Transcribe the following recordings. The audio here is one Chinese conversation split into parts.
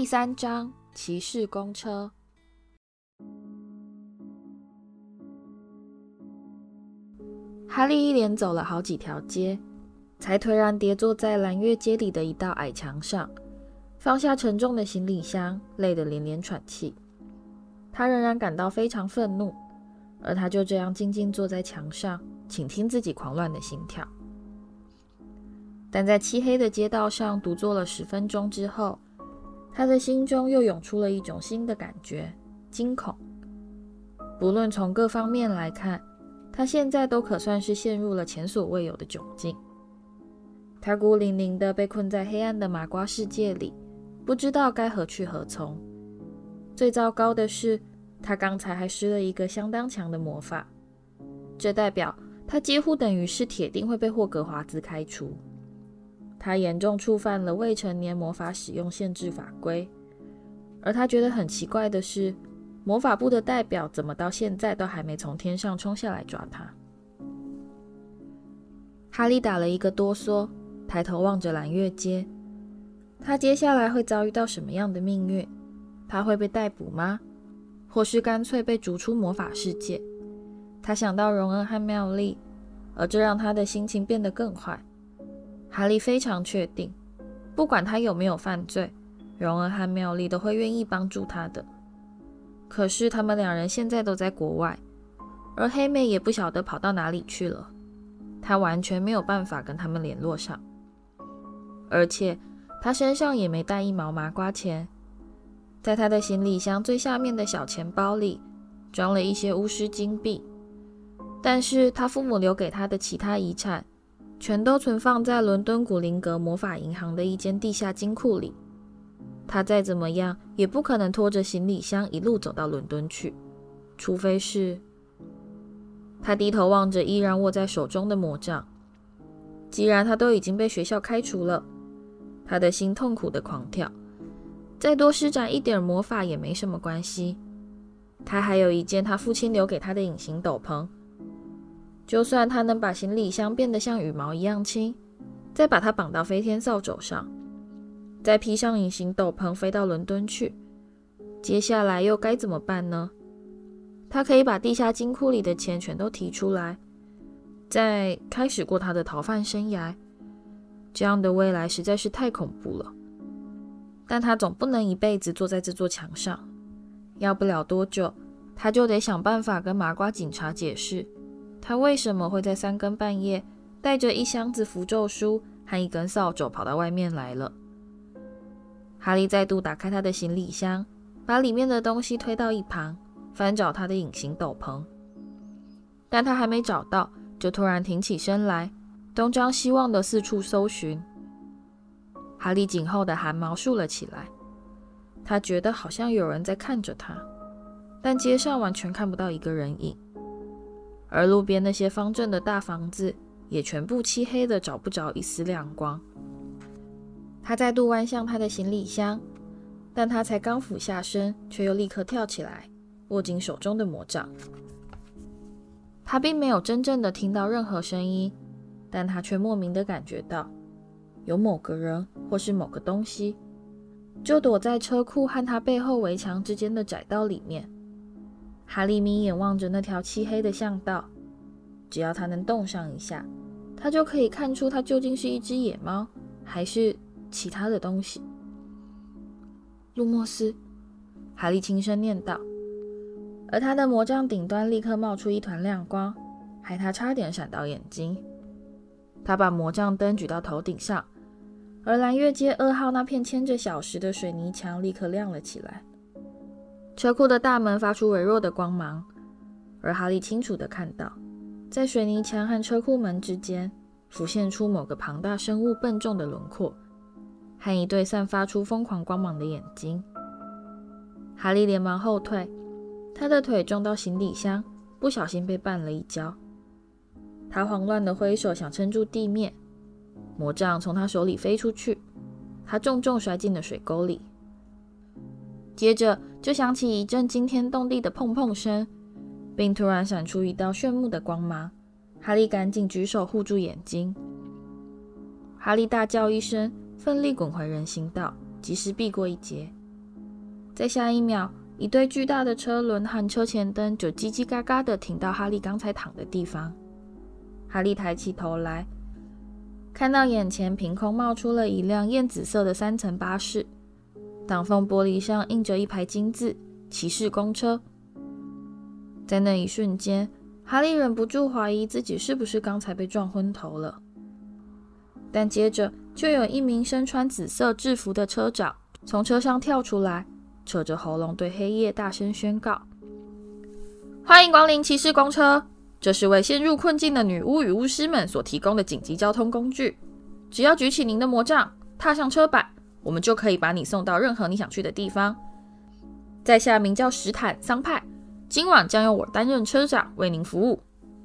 第3章骑士公车。哈利一连走了好几条街，才颓然跌坐在蓝月街里的一道矮墙上，放下沉重的行李箱，累得连连喘气。他仍然感到非常愤怒，而他就这样静静坐在墙上，倾听自己狂乱的心跳。但在漆黑的街道上独坐了10分钟之后，他的心中又涌出了一种新的感觉——惊恐。不论从各方面来看，他现在都可算是陷入了前所未有的窘境。他孤零零地被困在黑暗的麻瓜世界里，不知道该何去何从。最糟糕的是，他刚才还施了一个相当强的魔法，这代表他几乎等于是铁定会被霍格华兹开除。他严重触犯了未成年魔法使用限制法规，而他觉得很奇怪的是，魔法部的代表怎么到现在都还没从天上冲下来抓他。哈利打了一个哆嗦，抬头望着蓝月街。他接下来会遭遇到什么样的命运？他会被逮捕吗？或是干脆被逐出魔法世界？他想到荣恩和妙丽，而这让他的心情变得更坏。哈利非常确定，不管他有没有犯罪，荣恩和妙丽都会愿意帮助他的。可是他们2人现在都在国外，而黑妹也不晓得跑到哪里去了，他完全没有办法跟他们联络上。而且他身上也没带1毛麻瓜钱，在他的行李箱最下面的小钱包里装了一些巫师金币，但是他父母留给他的其他遗产全都存放在伦敦古灵阁魔法银行的一间地下金库里。他再怎么样也不可能拖着行李箱一路走到伦敦去，除非是……他低头望着依然握在手中的魔杖。既然他都已经被学校开除了，他的心痛苦的狂跳，再多施展一点魔法也没什么关系。他还有一件他父亲留给他的隐形斗篷，就算他能把行李箱变得像羽毛一样轻，再把它绑到飞天扫帚上，再披上隐形斗篷飞到伦敦去，接下来又该怎么办呢？他可以把地下金库里的钱全都提出来，再开始过他的逃犯生涯。这样的未来实在是太恐怖了。但他总不能一辈子坐在这座墙上，要不了多久，他就得想办法跟麻瓜警察解释他为什么会在3更半夜带着一箱子符咒书和一根扫帚跑到外面来了。哈利再度打开他的行李箱，把里面的东西推到一旁，翻找他的隐形斗篷。但他还没找到，就突然挺起身来，东张西望的四处搜寻。哈利颈后的汗毛竖了起来，他觉得好像有人在看着他，但街上完全看不到一个人影。而路边那些方正的大房子也全部漆黑的找不着一丝亮光。他再度弯向他的行李箱，但他才刚俯下身，却又立刻跳起来，握紧手中的魔杖。他并没有真正的听到任何声音，但他却莫名的感觉到，有某个人或是某个东西，就躲在车库和他背后围墙之间的窄道里面。哈利眯眼望着那条漆黑的巷道，只要他能动上一下，他就可以看出它究竟是一只野猫，还是其他的东西。路莫斯，哈利轻声念道，而他的魔杖顶端立刻冒出一团亮光，害他差点闪到眼睛。他把魔杖灯举到头顶上，而蓝月街2号那片嵌着小石的水泥墙立刻亮了起来。车库的大门发出微弱的光芒，而哈利清楚地看到，在水泥墙和车库门之间浮现出某个庞大生物笨重的轮廓，和一对散发出疯狂光芒的眼睛。哈利连忙后退，他的腿撞到行李箱，不小心被绊了一跤。他慌乱地挥手想撑住地面，魔杖从他手里飞出去，他重重摔进了水沟里。接着就响起一阵惊天动地的砰砰声，并突然闪出一道炫目的光芒。哈利赶紧举手护住眼睛。哈利大叫一声，奋力滚回人行道，及时避过一劫。 在下一秒，一对巨大的车轮和车前灯就叽叽嘎嘎地停到哈利刚才躺的地方。哈利抬起头来，看到眼前凭空冒出了一辆艳紫色的3层巴士，挡风玻璃上印着一排金字“骑士公车”。在那一瞬间，哈利忍不住怀疑自己是不是刚才被撞昏头了。但接着就有一名身穿紫色制服的车长从车上跳出来，扯着喉咙对黑夜大声宣告：“欢迎光临骑士公车，这是为陷入困境的女巫与巫师们所提供的紧急交通工具。只要举起您的魔杖，踏上车板，我们就可以把你送到任何你想去的地方。在下名叫史坦桑派，今晚将由我担任车长，为您服务。”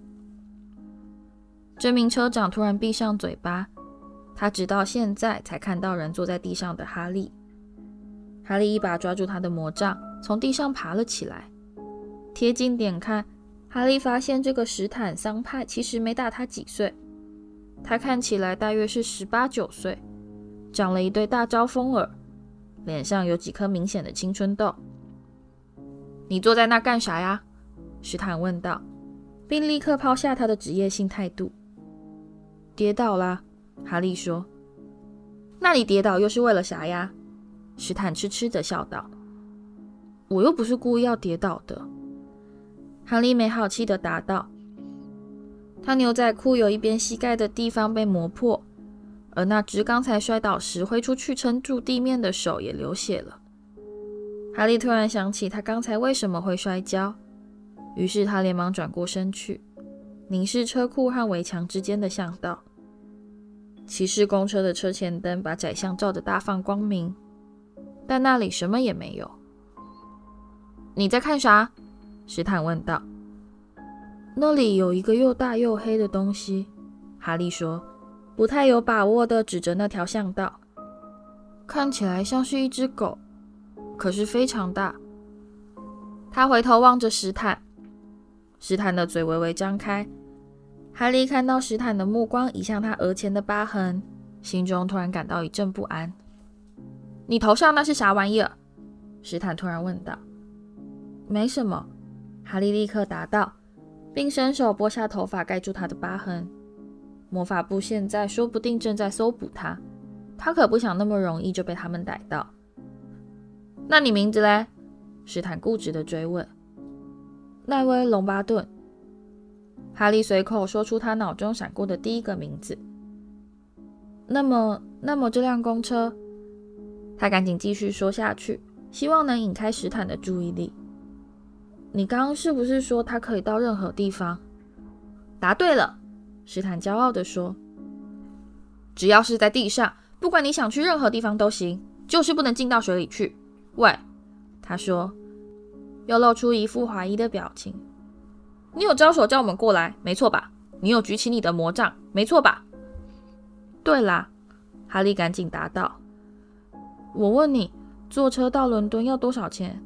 这名车长突然闭上嘴巴，他直到现在才看到人坐在地上的哈利。哈利一把抓住他的魔杖，从地上爬了起来。贴近点看，哈利发现这个史坦桑派其实没大他几岁，他看起来大约是18、19岁，长了一对大招风耳，脸上有几颗明显的青春痘。“你坐在那干啥呀？”史坦问道，并立刻抛下他的职业性态度。“跌倒啦。”哈利说。“那你跌倒又是为了啥呀？”史坦痴痴地笑道。“我又不是故意要跌倒的。”哈利没好气地答道。他牛仔裤有一边膝盖的地方被磨破，而那只刚才摔倒时挥出去撑住地面的手也流血了。哈利突然想起他刚才为什么会摔跤，于是他连忙转过身去，凝视车库和围墙之间的巷道。骑士公车的车前灯把窄巷照得大放光明，但那里什么也没有。“你在看啥？”史坦问道。“那里有一个又大又黑的东西。”哈利说，不太有把握地指着那条巷道。“看起来像是一只狗，可是非常大。”他回头望着史坦，史坦的嘴微微张开。哈利看到史坦的目光移向他额前的疤痕，心中突然感到一阵不安。“你头上那是啥玩意儿？”史坦突然问道。“没什么。”哈利立刻答道，并伸手拨下头发盖住他的疤痕。魔法部现在说不定正在搜捕他，他可不想那么容易就被他们逮到。“那你名字嘞？”史坦固执地追问。“奈威·隆巴顿。”哈利随口说出他脑中闪过的第一个名字。“那么这辆公车……”他赶紧继续说下去，希望能引开史坦的注意力。“你刚刚是不是说他可以到任何地方？”“答对了。”史坦骄傲地说。“只要是在地上，不管你想去任何地方都行，就是不能进到水里去。喂！”他说，又露出一副怀疑的表情。“你有招手叫我们过来，没错吧？你有举起你的魔杖，没错吧？”“对啦。”哈利赶紧答道。“我问你，坐车到伦敦要多少钱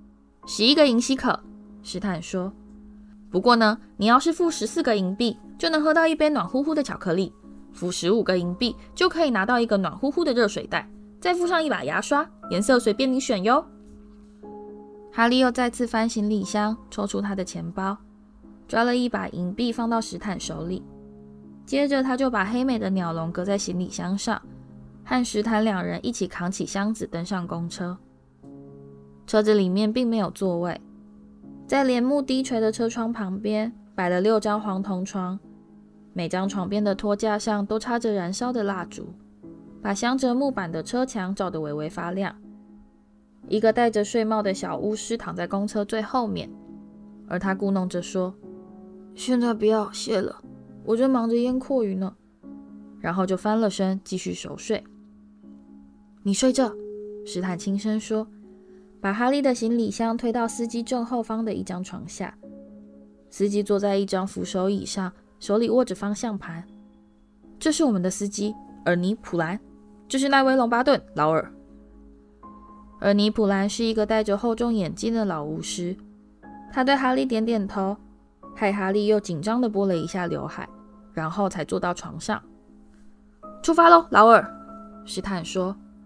？”“11个银希可。”史坦说。“不过呢，你要是付14个银币，就能喝到一杯暖乎乎的巧克力；付15个银币，就可以拿到一个暖乎乎的热水袋，再附上一把牙刷，颜色随便你选哟。”哈利又再次翻行李箱，抽出他的钱包，抓了一把银币放到史坦手里。接着他就把黑美的鸟笼搁在行李箱上，和史坦两人一起扛起箱子登上公车。车子里面并没有座位，在帘幕低垂的车窗旁边摆了6张黄铜床，每张床边的托架上都插着燃烧的蜡烛，把镶着木板的车墙照得微微发亮。一个戴着睡帽的小巫师躺在公车最后面，而他咕哝着说：“现在不要，谢了，我正忙着腌阔鱼呢。”然后就翻了身继续熟睡。“你睡这。”史坦轻声说，把哈利的行李箱推到司机正后方的一张床下。司机坐在一张扶手椅上，手里握着方向盘。“这是我们的司机，尔尼·普兰。这是奈威·隆巴顿，劳尔。”尔尼·普兰是一个戴着厚重眼镜的老巫师，他对哈利点点头，害哈利又紧张地拨了一下刘海，然后才坐到床上。“出发喽，劳尔！”史坦说。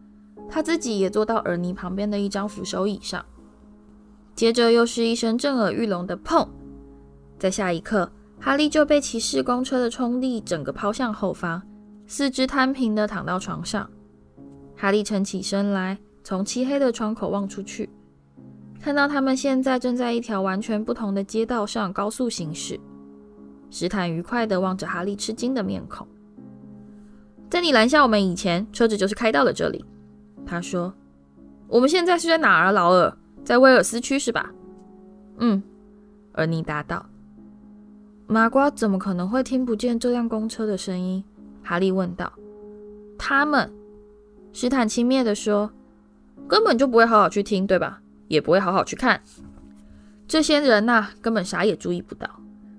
他自己也坐到尔尼旁边的一张扶手椅上。接着又是一声震耳欲聋的砰，在下一刻，哈利就被骑士公车的冲力整个抛向后方，四肢摊平的躺到床上。哈利撑起身来，从漆黑的窗口望出去，看到他们现在正在一条完全不同的街道上高速行驶。史坦愉快地望着哈利吃惊的面孔。在你拦下我们以前，车子就是开到了这里，他说。我们现在是在哪儿啊，劳尔？在威尔斯区是吧？尔尼答道。麻瓜怎么可能会听不见这辆公车的声音？哈利问道。他们，史坦轻蔑地说，根本就不会好好去听，对吧？也不会好好去看。这些人啊，根本啥也注意不到。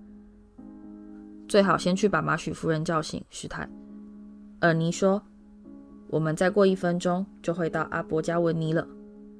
最好先去把马许夫人叫醒，史坦。尔尼说，我们再过1分钟就会到阿伯加文尼了。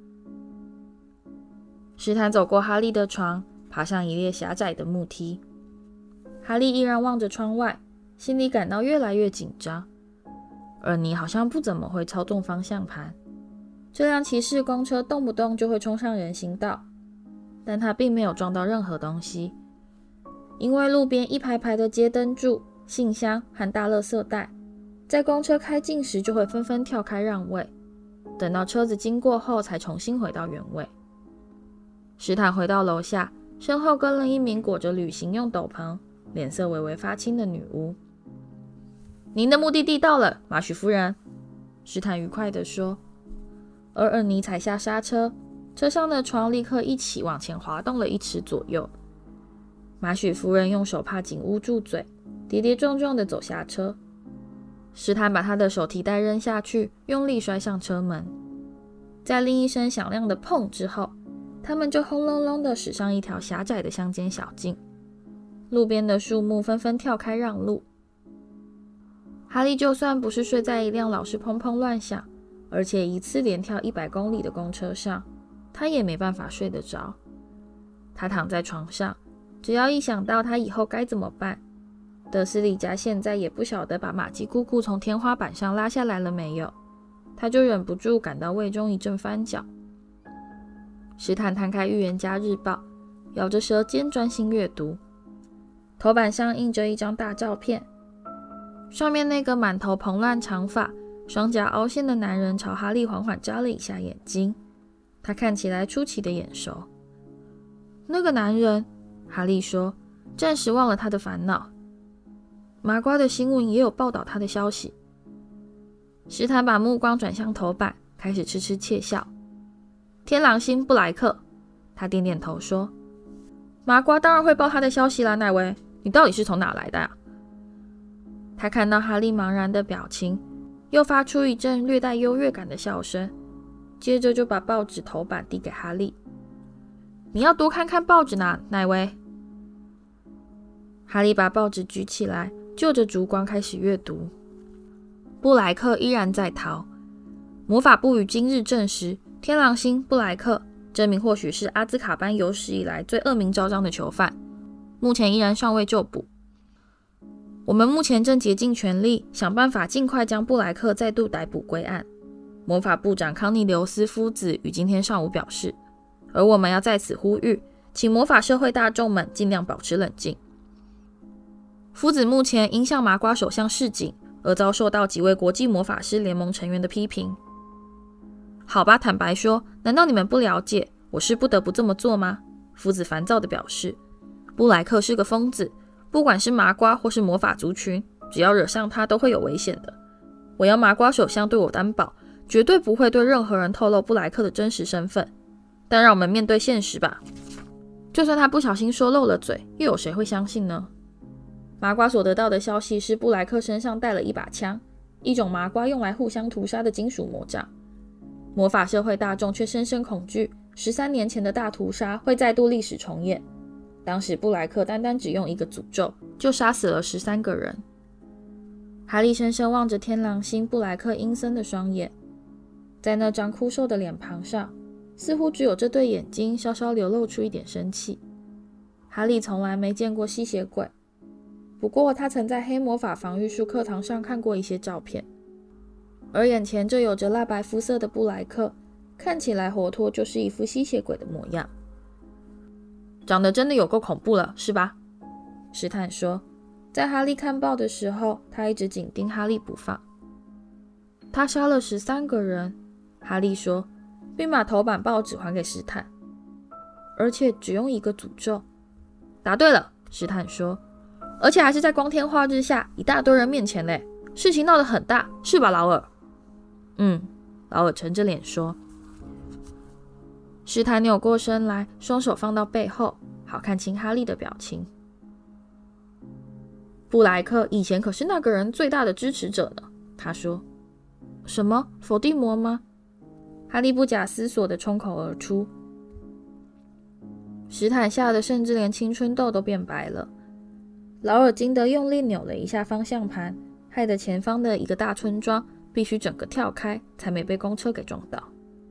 史坦走过哈利的床，爬上一列狭窄的木梯。哈利依然望着窗外，心里感到越来越紧张。尔尼好像不怎么会操纵方向盘，这辆骑士公车动不动就会冲上人行道，但他并没有撞到任何东西，因为路边一排排的街灯柱、信箱和大垃圾袋，在公车开进时就会纷纷跳开让位，等到车子经过后才重新回到原位。史坦回到楼下，身后跟了一名裹着旅行用斗篷、脸色微微发青的女巫。您的目的地到了，马许夫人，史坦愉快地说。而尔尼踩下刹车，车上的床立刻一起往前滑动了1尺左右。马许夫人用手帕紧捂住嘴，跌跌撞撞地走下车。史坦把他的手提袋扔下去，用力摔上车门。在另一声响亮的砰之后，他们就轰隆隆地驶上一条狭窄的乡间小径，路边的树木纷纷跳开让路。哈利就算不是睡在一辆老是砰砰乱响，而且一次连跳100公里的公车上，他也没办法睡得着。他躺在床上，只要一想到他以后该怎么办，德斯里家现在也不晓得把玛姬姑姑从天花板上拉下来了没有，他就忍不住感到胃中一阵翻搅。史坦摊开《预言家日报》，咬着舌尖专心阅读。头版上印着一张大照片，上面那个满头蓬乱长发、双颊凹陷的男人朝哈利缓缓眨了一下眼睛，他看起来出奇的眼熟。那个男人，哈利说，暂时忘了他的烦恼。麻瓜的新闻也有报道他的消息。史坦把目光转向头版，开始痴痴窃笑。天狼星布莱克，他点点头说，麻瓜当然会报他的消息啦，奈威，你到底是从哪来的啊？他看到哈利茫然的表情，又发出一阵略带优越感的笑声，接着就把报纸头版递给哈利。你要多看看报纸呢，奈威。哈利把报纸举起来，就着烛光开始阅读。布莱克依然在逃。魔法部于今日证实，天狼星布莱克这名或许是阿兹卡班有史以来最恶名昭彰的囚犯，目前依然尚未就捕。我们目前正竭尽全力想办法尽快将布莱克再度逮捕归案。魔法部长康尼留斯夫子于今天上午表示，而我们要在此呼吁，请魔法社会大众们尽量保持冷静。夫子目前因向麻瓜首相示警而遭受到几位国际魔法师联盟成员的批评。好吧，坦白说，难道你们不了解我是不得不这么做吗？夫子烦躁地表示，布莱克是个疯子，不管是麻瓜或是魔法族群，只要惹上他都会有危险的。我要麻瓜首相对我担保，绝对不会对任何人透露布莱克的真实身份。但让我们面对现实吧，就算他不小心说漏了嘴，又有谁会相信呢？麻瓜所得到的消息是布莱克身上带了一把枪，一种麻瓜用来互相屠杀的金属魔杖。魔法社会大众却深深恐惧13年前的大屠杀会再度历史重演。当时布莱克单单只用一个诅咒就杀死了13个人。哈利深深望着天狼星布莱克阴森的双眼，在那张枯瘦的脸庞上，似乎只有这对眼睛稍稍流露出一点生气。哈利从来没见过吸血鬼，不过他曾在黑魔法防御术课堂上看过一些照片。 而眼前这有着蜡白肤色的布莱克，看起来活脱就是一副吸血鬼的模样。长得真的有够恐怖了，是吧？史坦说。在哈利看报的时候，他一直紧盯哈利不放。他杀了13个人，哈利说，并把头版报纸还给史坦，而且只用一个诅咒。答对了，史坦说，而且还是在光天化日下，一大堆人面前嘞，事情闹得很大，是吧，劳尔？劳尔沉着脸说。史坦扭过身来，双手放到背后，好看清哈利的表情。布莱克以前可是那个人最大的支持者呢，他说。什么？伏地魔吗？哈利不假思索地冲口而出。史坦吓得甚至连青春痘都变白了。劳尔惊得用力扭了一下方向盘，害得前方的一个大村庄必须整个跳开，才没被公车给撞到。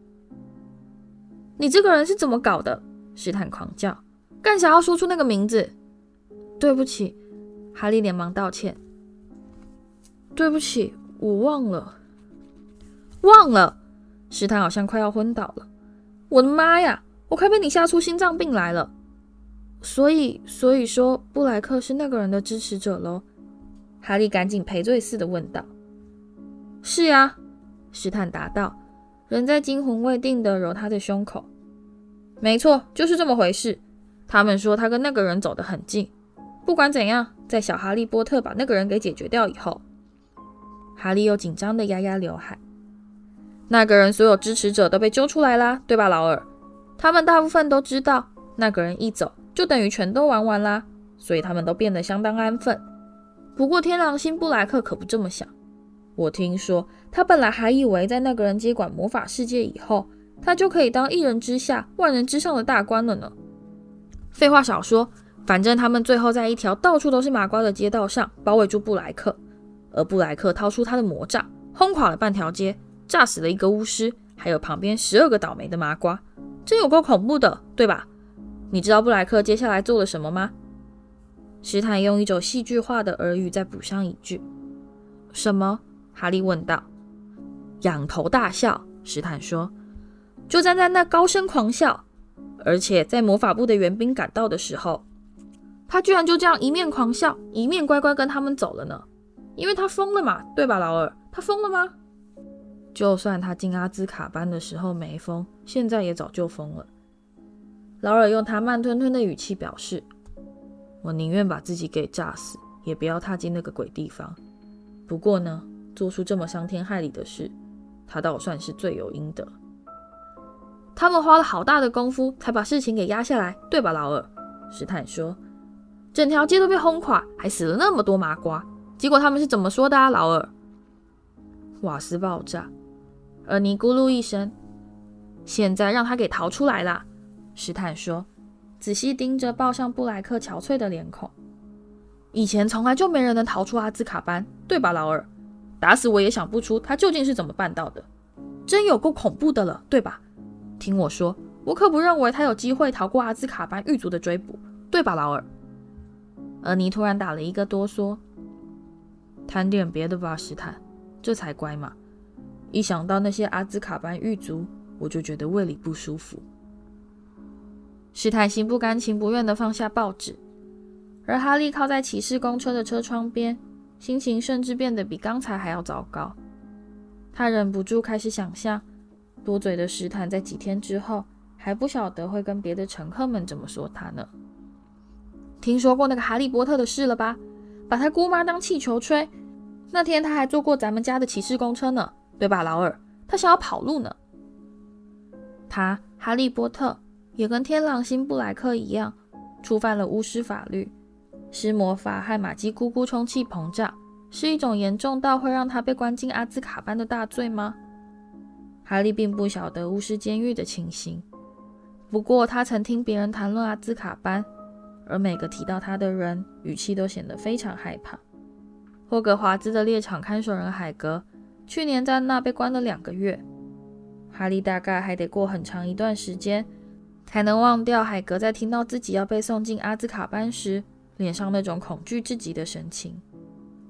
你这个人是怎么搞的？史坦狂叫，干啥要说出那个名字？对不起，哈利连忙道歉。对不起，我忘了。忘了？史坦好像快要昏倒了。我的妈呀，我快被你吓出心脏病来了。所以说布莱克是那个人的支持者咯？哈利赶紧赔罪似的问道。是呀，史坦答道，仍在惊魂未定地揉他的胸口。没错，就是这么回事。他们说他跟那个人走得很近。不管怎样，在小哈利波特把那个人给解决掉以后，哈利又紧张地压压刘海。那个人所有支持者都被揪出来啦，对吧，劳尔？他们大部分都知道，那个人一走就等于全都玩完啦，所以他们都变得相当安分。不过天狼星布莱克可不这么想。我听说他本来还以为在那个人接管魔法世界以后，他就可以当一人之下万人之上的大官了呢。废话少说，反正他们最后在一条到处都是麻瓜的街道上包围住布莱克，而布莱克掏出他的魔杖，轰垮了半条街，炸死了一个巫师，还有旁边12个倒霉的麻瓜，真有够恐怖的，对吧？你知道布莱克接下来做了什么吗？史坦用一种戏剧化的耳语再补上一句。什么？哈利问道。仰头大笑，史坦说，就站在那高声狂笑，而且在魔法部的援兵赶到的时候，他居然就这样一面狂笑，一面乖乖跟他们走了呢。因为他疯了嘛，对吧，劳尔？他疯了吗？就算他进阿兹卡班的时候没疯，现在也早就疯了。劳尔用他慢吞吞的语气表示，我宁愿把自己给炸死，也不要踏进那个鬼地方。不过呢，做出这么伤天害理的事，他倒算是罪有应得。他们花了好大的功夫才把事情给压下来，对吧，劳尔？史坦说，整条街都被轰垮，还死了那么多麻瓜，结果他们是怎么说的啊，劳尔？瓦斯爆炸。而尼咕噜一声，现在让他给逃出来啦，史坦说，仔细盯着抱上布莱克憔悴的脸孔。以前从来就没人能逃出阿兹卡班，对吧，劳尔？打死我也想不出他究竟是怎么办到的，真有够恐怖的了，对吧？听我说，我可不认为他有机会逃过阿兹卡班狱卒的追捕，对吧，劳尔？而尼突然打了一个哆嗦。谈点别的吧，史坦，这才乖嘛。一想到那些阿兹卡班狱卒，我就觉得胃里不舒服。史坦心不甘情不愿地放下报纸，而哈利靠在骑士公车的车窗边，心情甚至变得比刚才还要糟糕。他忍不住开始想象，多嘴的史坦在几天之后还不晓得会跟别的乘客们怎么说他呢。听说过那个哈利波特的事了吧？把他姑妈当气球吹，那天他还坐过咱们家的骑士公车呢，对吧，劳尔？他想要跑路呢。他哈利波特也跟天狼星布莱克一样，触犯了巫师法律，施魔法和玛姬姑姑充气膨胀，是一种严重到会让他被关进阿兹卡班的大罪吗？哈利并不晓得巫师监狱的情形，不过他曾听别人谈论阿兹卡班，而每个提到他的人语气都显得非常害怕。霍格华兹的猎场看守人海格去年在那被关了2个月，哈利大概还得过很长一段时间才能忘掉海格在听到自己要被送进阿兹卡班时脸上那种恐惧至极的神情。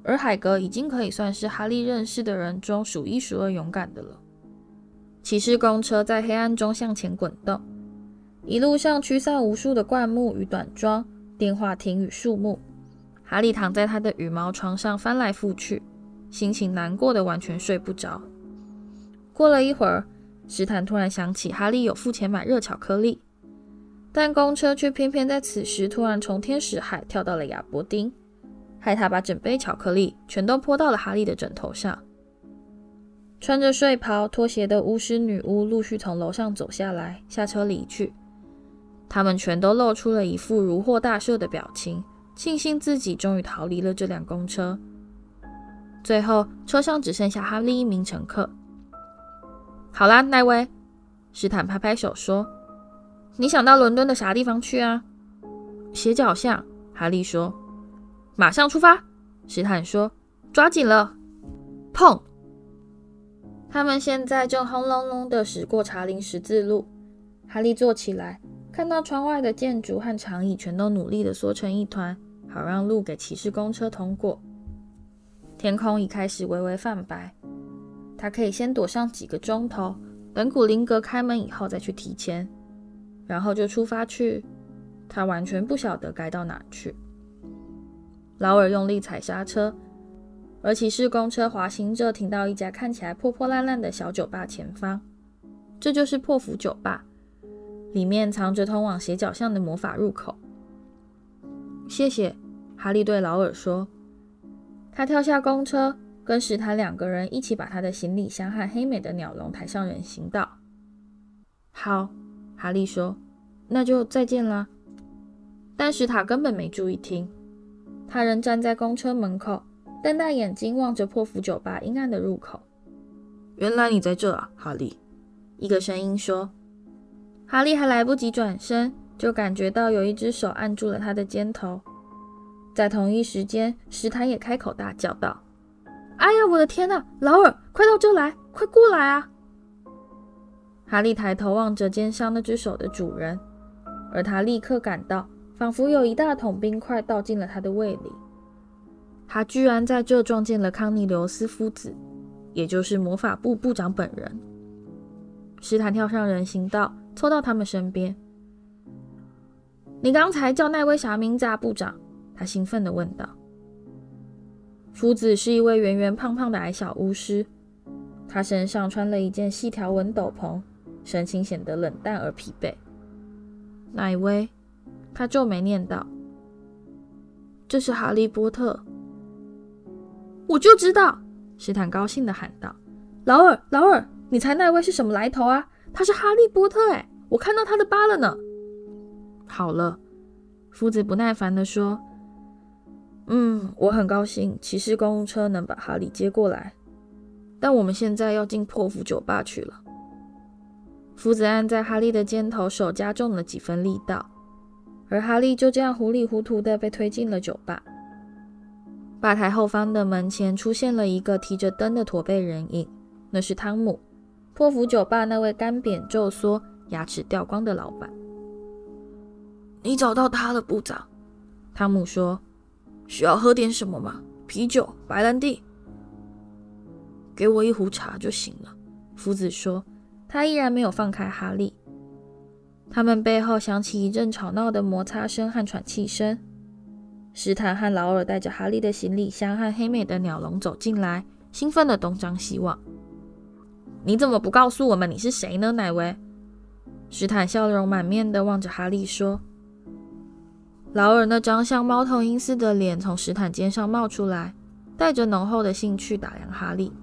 而海格已经可以算是哈利认识的人中数一数二勇敢的了。骑士公车在黑暗中向前滚动，一路上驱散无数的灌木与短桩、电话亭与树木。哈利躺在他的羽毛床上翻来覆去，心情难过的完全睡不着。过了一会儿，史坦突然想起哈利有付钱买热巧克力，但公车却偏偏在此时突然从天使海跳到了亚伯丁，害他把整杯巧克力全都泼到了哈利的枕头上。穿着睡袍、拖鞋的巫师女巫陆续从楼上走下来，下车离去。他们全都露出了一副如获大赦的表情，庆幸自己终于逃离了这辆公车。最后，车上只剩下哈利一名乘客。好啦，奈威，史坦拍拍手说：“你想到伦敦的啥地方去啊？”斜角巷，哈利说。马上出发，史坦说。抓紧了。砰！他们现在正轰隆隆地驶过查林十字路。哈利坐起来，看到窗外的建筑和长椅全都努力地缩成一团，好让路给骑士公车通过。天空已开始微微泛白，他可以先躲上几个钟头，等古灵阁开门以后再去提前，然后就出发去。他完全不晓得该到哪去。劳尔用力踩刹车，而骑士公车滑行着停到一家看起来破破烂烂的小酒吧前方。这就是破釜酒吧，里面藏着通往斜角巷的魔法入口。谢谢，哈利对劳尔说。他跳下公车，跟史坦两个人一起把他的行李箱和黑美的鸟笼抬上人行道。好，哈利说，那就再见啦。但史塔根本没注意听，他仍站在公车门口，瞪大眼睛望着破釜酒吧阴暗的入口。原来你在这啊，哈利，一个声音说。哈利还来不及转身，就感觉到有一只手按住了他的肩头。在同一时间，史坦也开口大叫道：哎呀，我的天啊，劳尔，快到这来，快过来啊！哈利抬头望着肩上那只手的主人，而他立刻感到仿佛有一大桶冰块倒进了他的胃里。他居然在这撞见了康尼留斯夫子，也就是魔法部部长本人。史坦跳上人行道，凑到他们身边。你刚才叫奈威啥名字啊，部长？他兴奋地问道。夫子是一位圆圆胖胖的矮小巫师，他身上穿了一件细条纹斗篷，神情显得冷淡而疲惫。奈威，他皱眉念道：这是哈利波特。我就知道，史坦高兴地喊道：劳尔，劳尔，你猜奈威是什么来头啊？他是哈利波特耶，我看到他的疤了呢。好了，夫子不耐烦地说，我很高兴骑士公务车能把哈利接过来，但我们现在要进破釜酒吧去了。夫子按在哈利的肩头，手加重了几分力道，而哈利就这样糊里糊涂地被推进了酒吧。吧台后方的门前出现了一个提着灯的驼背人影，那是汤姆，破釜酒吧那位干瘪皱缩、牙齿掉光的老板。你找到他了，部长，汤姆说。需要喝点什么吗？啤酒、白兰地？给我一壶茶就行了，夫子说。他依然没有放开哈利。他们背后响起一阵吵闹的摩擦声和喘气声。史坦和劳尔带着哈利的行李箱和黑美的鸟笼走进来，兴奋地东张西望。你怎么不告诉我们你是谁呢，奈威？史坦笑容满面地望着哈利说。劳尔那张像猫头鹰似的脸从史坦肩上冒出来，带着浓厚的兴趣打量哈利。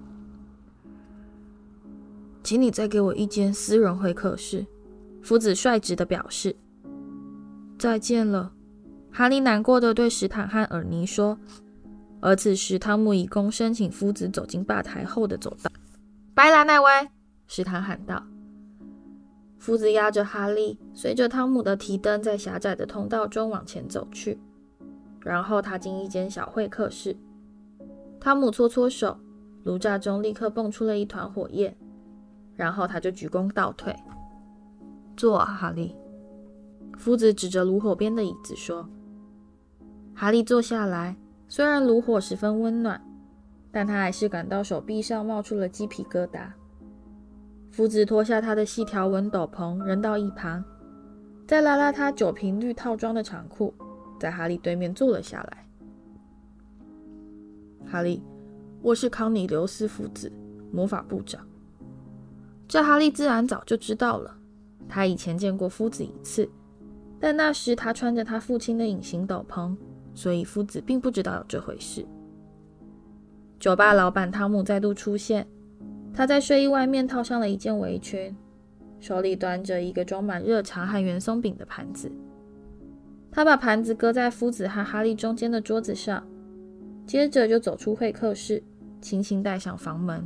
请你再给我一间私人会客室，夫子率直地表示。再见了，哈利难过地对史坦和尔尼说。而此时汤姆以躬申请夫子走进吧台后的走道。拜啦，奈威，史坦喊道。夫子押着哈利，随着汤姆的提灯在狭窄的通道中往前走去，然后踏进一间小会客室。汤姆搓搓手，炉灶中立刻蹦出了一团火焰，然后他就鞠躬倒退。坐啊，哈利，夫子指着炉火边的椅子说。哈利坐下来， 虽然炉火十分温暖，但他还是感到手臂上冒出了鸡皮疙瘩。夫子脱下他的细条纹斗篷扔到一旁，再拉拉他酒瓶绿套装的长裤，在哈利对面坐了下来。哈利，我是康尼留斯夫子，魔法部长。这哈利自然早就知道了，他以前见过夫子一次，但那时他穿着他父亲的隐形斗篷，所以夫子并不知道有这回事。酒吧老板汤姆再度出现，他在睡衣外面套上了一件围裙，手里端着一个装满热肠和圆松饼的盘子。他把盘子搁在夫子和哈利中间的桌子上，接着就走出会客室，轻轻带上房门。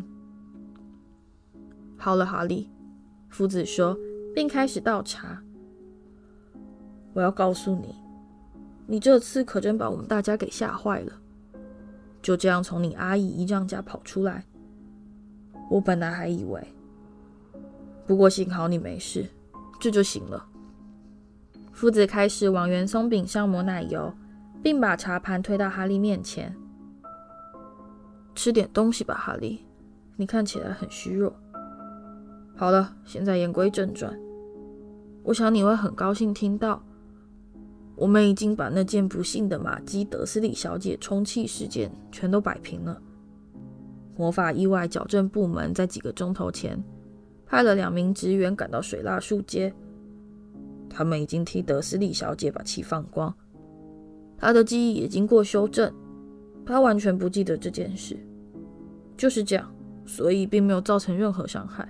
好了，哈利，夫子说，并开始倒茶。我要告诉你，你这次可真把我们大家给吓坏了，就这样从你阿姨姨丈家跑出来。我本来还以为，不过幸好你没事，这就行了。夫子开始往圆松饼上抹奶油，并把茶盘推到哈利面前。吃点东西吧，哈利，你看起来很虚弱。好了，现在言归正传，我想你会很高兴听到，我们已经把那件不幸的玛姬·德斯里小姐充气事件全都摆平了。魔法意外矫正部门在几个钟头前派了2名职员赶到水蜡树街，他们已经替德斯里小姐把气放光。她的记忆也经过修正，她完全不记得这件事。就是这样，所以并没有造成任何伤害。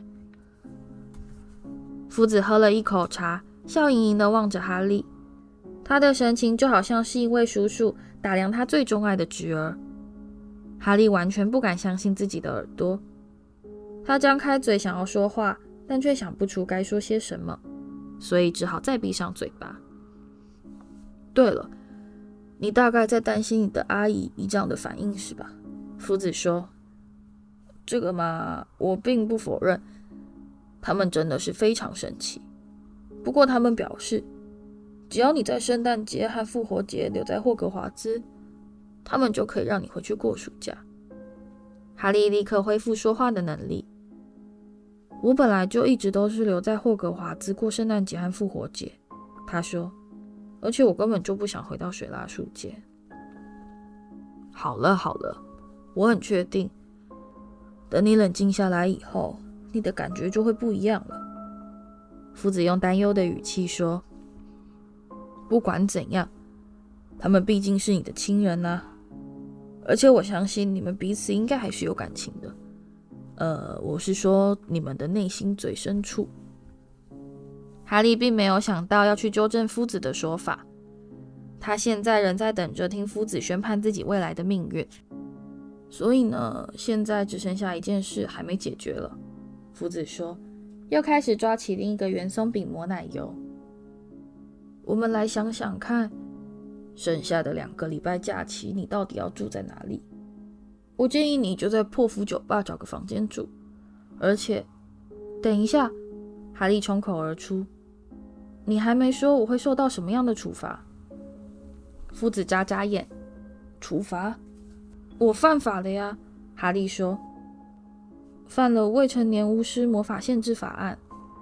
夫子喝了一口茶，笑盈盈地望着哈利，他的神情就好像是一位叔叔打量他最钟爱的侄儿。哈利完全不敢相信自己的耳朵，他张开嘴想要说话，但却想不出该说些什么，所以只好再闭上嘴巴。对了，你大概在担心你的阿姨姨丈的反应是吧？夫子说。这个嘛，我并不否认，他们真的是非常生气。不过他们表示，只要你在圣诞节和复活节留在霍格华兹，他们就可以让你回去过暑假。哈利立刻恢复说话的能力。我本来就一直都是留在霍格华兹过圣诞节和复活节，他说，而且我根本就不想回到水蜡树街。好了好了，我很确定，等你冷静下来以后，你的感觉就会不一样了。夫子用担忧的语气说，不管怎样，他们毕竟是你的亲人啊，而且我相信你们彼此应该还是有感情的。我是说你们的内心最深处。哈利并没有想到要去纠正夫子的说法，他现在仍在等着听夫子宣判自己未来的命运。所以呢，现在只剩下一件事还没解决了。夫子说，又开始抓起另一个圆松饼抹奶油。我们来想想看，剩下的2个礼拜假期你到底要住在哪里？我建议你就在破釜酒吧找个房间住。而且，等一下，哈利冲口而出，你还没说我会受到什么样的处罚。夫子眨眨眼，处罚？我犯法了呀，哈利说，犯了未成年巫师魔法限制法案。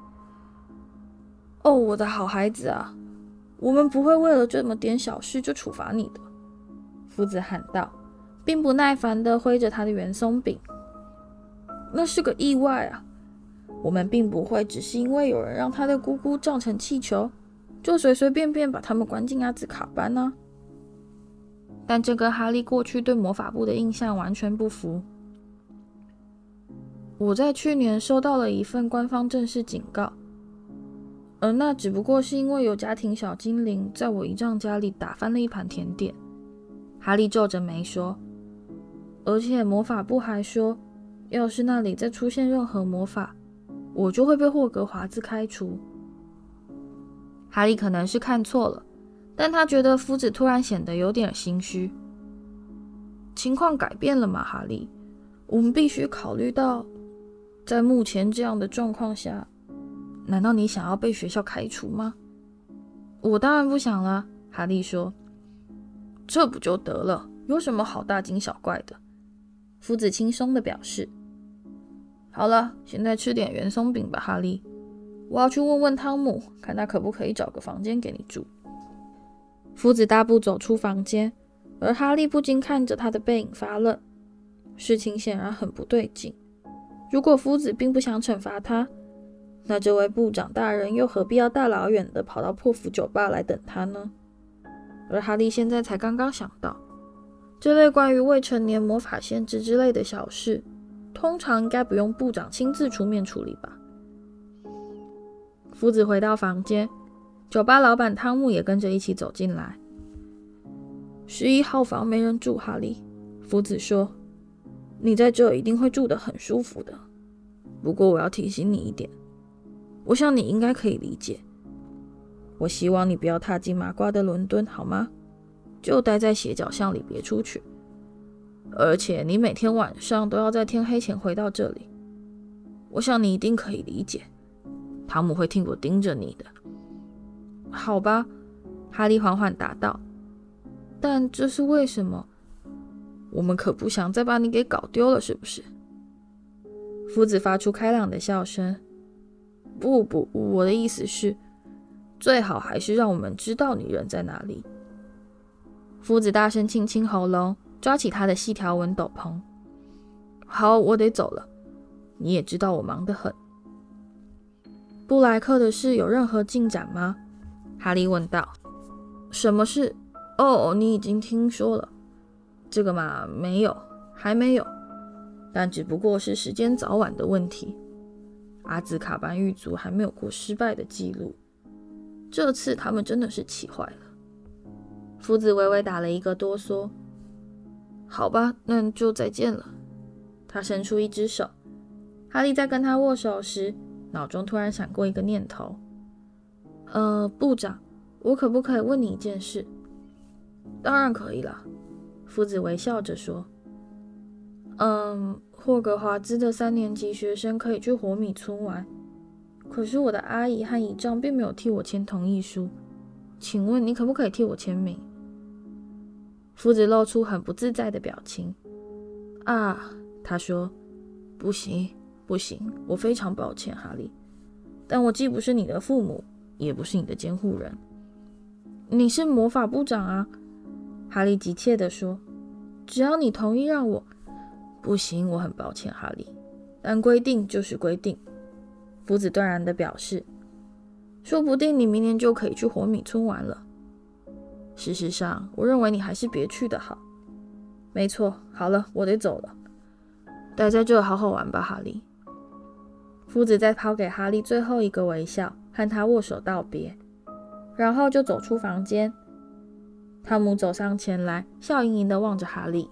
哦，我的好孩子啊，我们不会为了这么点小事就处罚你的，夫子喊道，并不耐烦地挥着他的圆松饼。那是个意外啊，我们并不会只是因为有人让他的姑姑胀成气球，就随随便便把他们关进阿兹卡班啊。但这跟哈利过去对魔法部的印象完全不符。我在去年收到了一份官方正式警告，而那只不过是因为有家庭小精灵在我姨丈家里打翻了一盘甜点。哈利皱着眉说，而且魔法部还说，要是那里再出现任何魔法，我就会被霍格华兹开除。哈利可能是看错了，但他觉得夫子突然显得有点心虚。情况改变了嘛，哈利，我们必须考虑到，在目前这样的状况下，难道你想要被学校开除吗？我当然不想了，哈利说。这不就得了， 有什么好大惊小怪的？夫子轻松地表示。好了，现在吃点圆松饼吧，哈利。我要去问问汤姆，看他可不可以找个房间给你住。夫子大步走出房间，而哈利不禁看着他的背影发愣。事情显然很不对劲。如果夫子并不想惩罚他，那这位部长大人又何必要大老远的跑到破釜酒吧来等他呢？而哈利现在才刚刚想到，这类关于未成年魔法限制之类的小事，通常应该不用部长亲自出面处理吧。夫子回到房间，酒吧老板汤姆也跟着一起走进来。11号房没人住，哈利，夫子说，你在这一定会住得很舒服的。不过我要提醒你一点，我想你应该可以理解。我希望你不要踏进麻瓜的伦敦，好吗？就待在斜角巷里，别出去。而且你每天晚上都要在天黑前回到这里。我想你一定可以理解。汤姆会替我盯着你的。好吧，哈利缓缓答道。但这是为什么？我们可不想再把你给搞丢了，是不是？夫子发出开朗的笑声。不，我的意思是，最好还是让我们知道你人在哪里。夫子大声清清喉咙，抓起他的细条纹斗篷。好，我得走了。你也知道我忙得很。布莱克的事有任何进展吗？哈利问道。什么事？哦，你已经听说了。这个嘛，没有，还没有，但只不过是时间早晚的问题。阿兹卡班狱卒还没有过失败的记录，这次他们真的是气坏了。夫子微微打了一个哆嗦。好吧，那就再见了。他伸出一只手。哈利在跟他握手时，脑中突然闪过一个念头。部长，我可不可以问你一件事？当然可以了，夫子微笑着说。霍格华兹的3年级学生可以去火米村玩，可是我的阿姨和姨丈并没有替我签同意书，请问你可不可以替我签名？夫子露出很不自在的表情。他说，不行，我非常抱歉，哈利，但我既不是你的父母，也不是你的监护人。你是魔法部长啊，哈利急切地说，只要你同意让我……不行，我很抱歉，哈利，但规定就是规定。夫子断然地表示，说不定你明年就可以去火米村玩了。事实上，我认为你还是别去的好。没错，好了，我得走了。待在这好好玩吧，哈利。夫子再抛给哈利最后一个微笑，和他握手道别，然后就走出房间。汤姆走上前来，笑盈盈地望着哈利。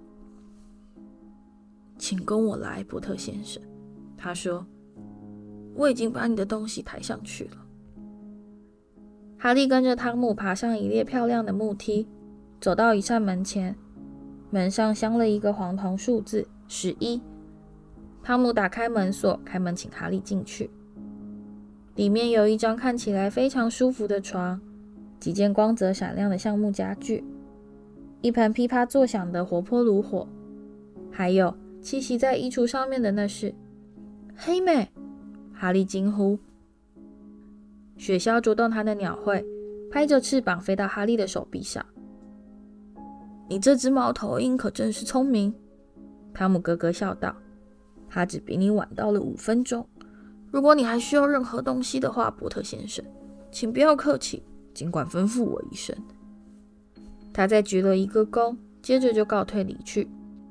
请跟我来，波特先生，他说，我已经把你的东西抬上去了。哈利跟着汤姆爬上一列漂亮的木梯，走到一扇门前，门上镶了一个黄铜数字11。汤姆打开门锁，开门请哈利进去。里面有一张看起来非常舒服的床，几件光泽闪亮的橡木家具，一盆噼啪作响的活泼炉火，还有栖息在衣橱上面的那是黑妹！哈利惊呼。雪橇啄动他的鸟喙，拍着翅膀飞到哈利的手臂上。你这只猫头鹰可真是聪明，汤姆咯咯笑道。他只比你晚到了5分钟。如果你还需要任何东西的话，波特先生，请不要客气，尽管吩咐我一声。他再鞠了一个躬，接着就告退离去。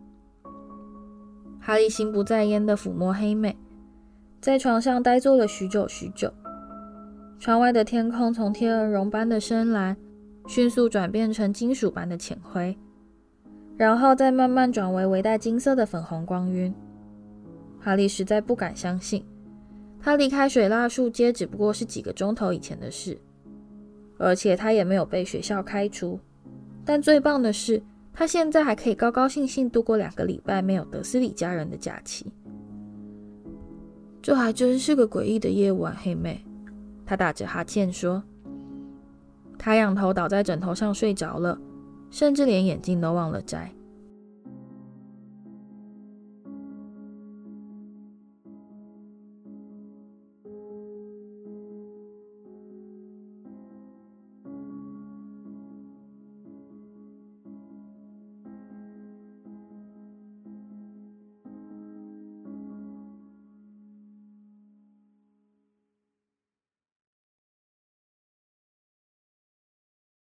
哈利心不在焉地抚摸黑妹，在床上呆坐了许久许久。窗外的天空从天鹅绒般的深蓝迅速转变成金属般的浅灰，然后再慢慢转为微带金色的粉红光晕。哈利实在不敢相信，他离开水蜡树街只不过是几个钟头以前的事，而且他也没有被学校开除。但最棒的是，他现在还可以高高兴兴度过2个礼拜没有德斯里家人的假期。这还真是个诡异的夜晚，黑妹，他打着哈欠说。他仰头倒在枕头上睡着了， 甚至连眼镜都忘了摘。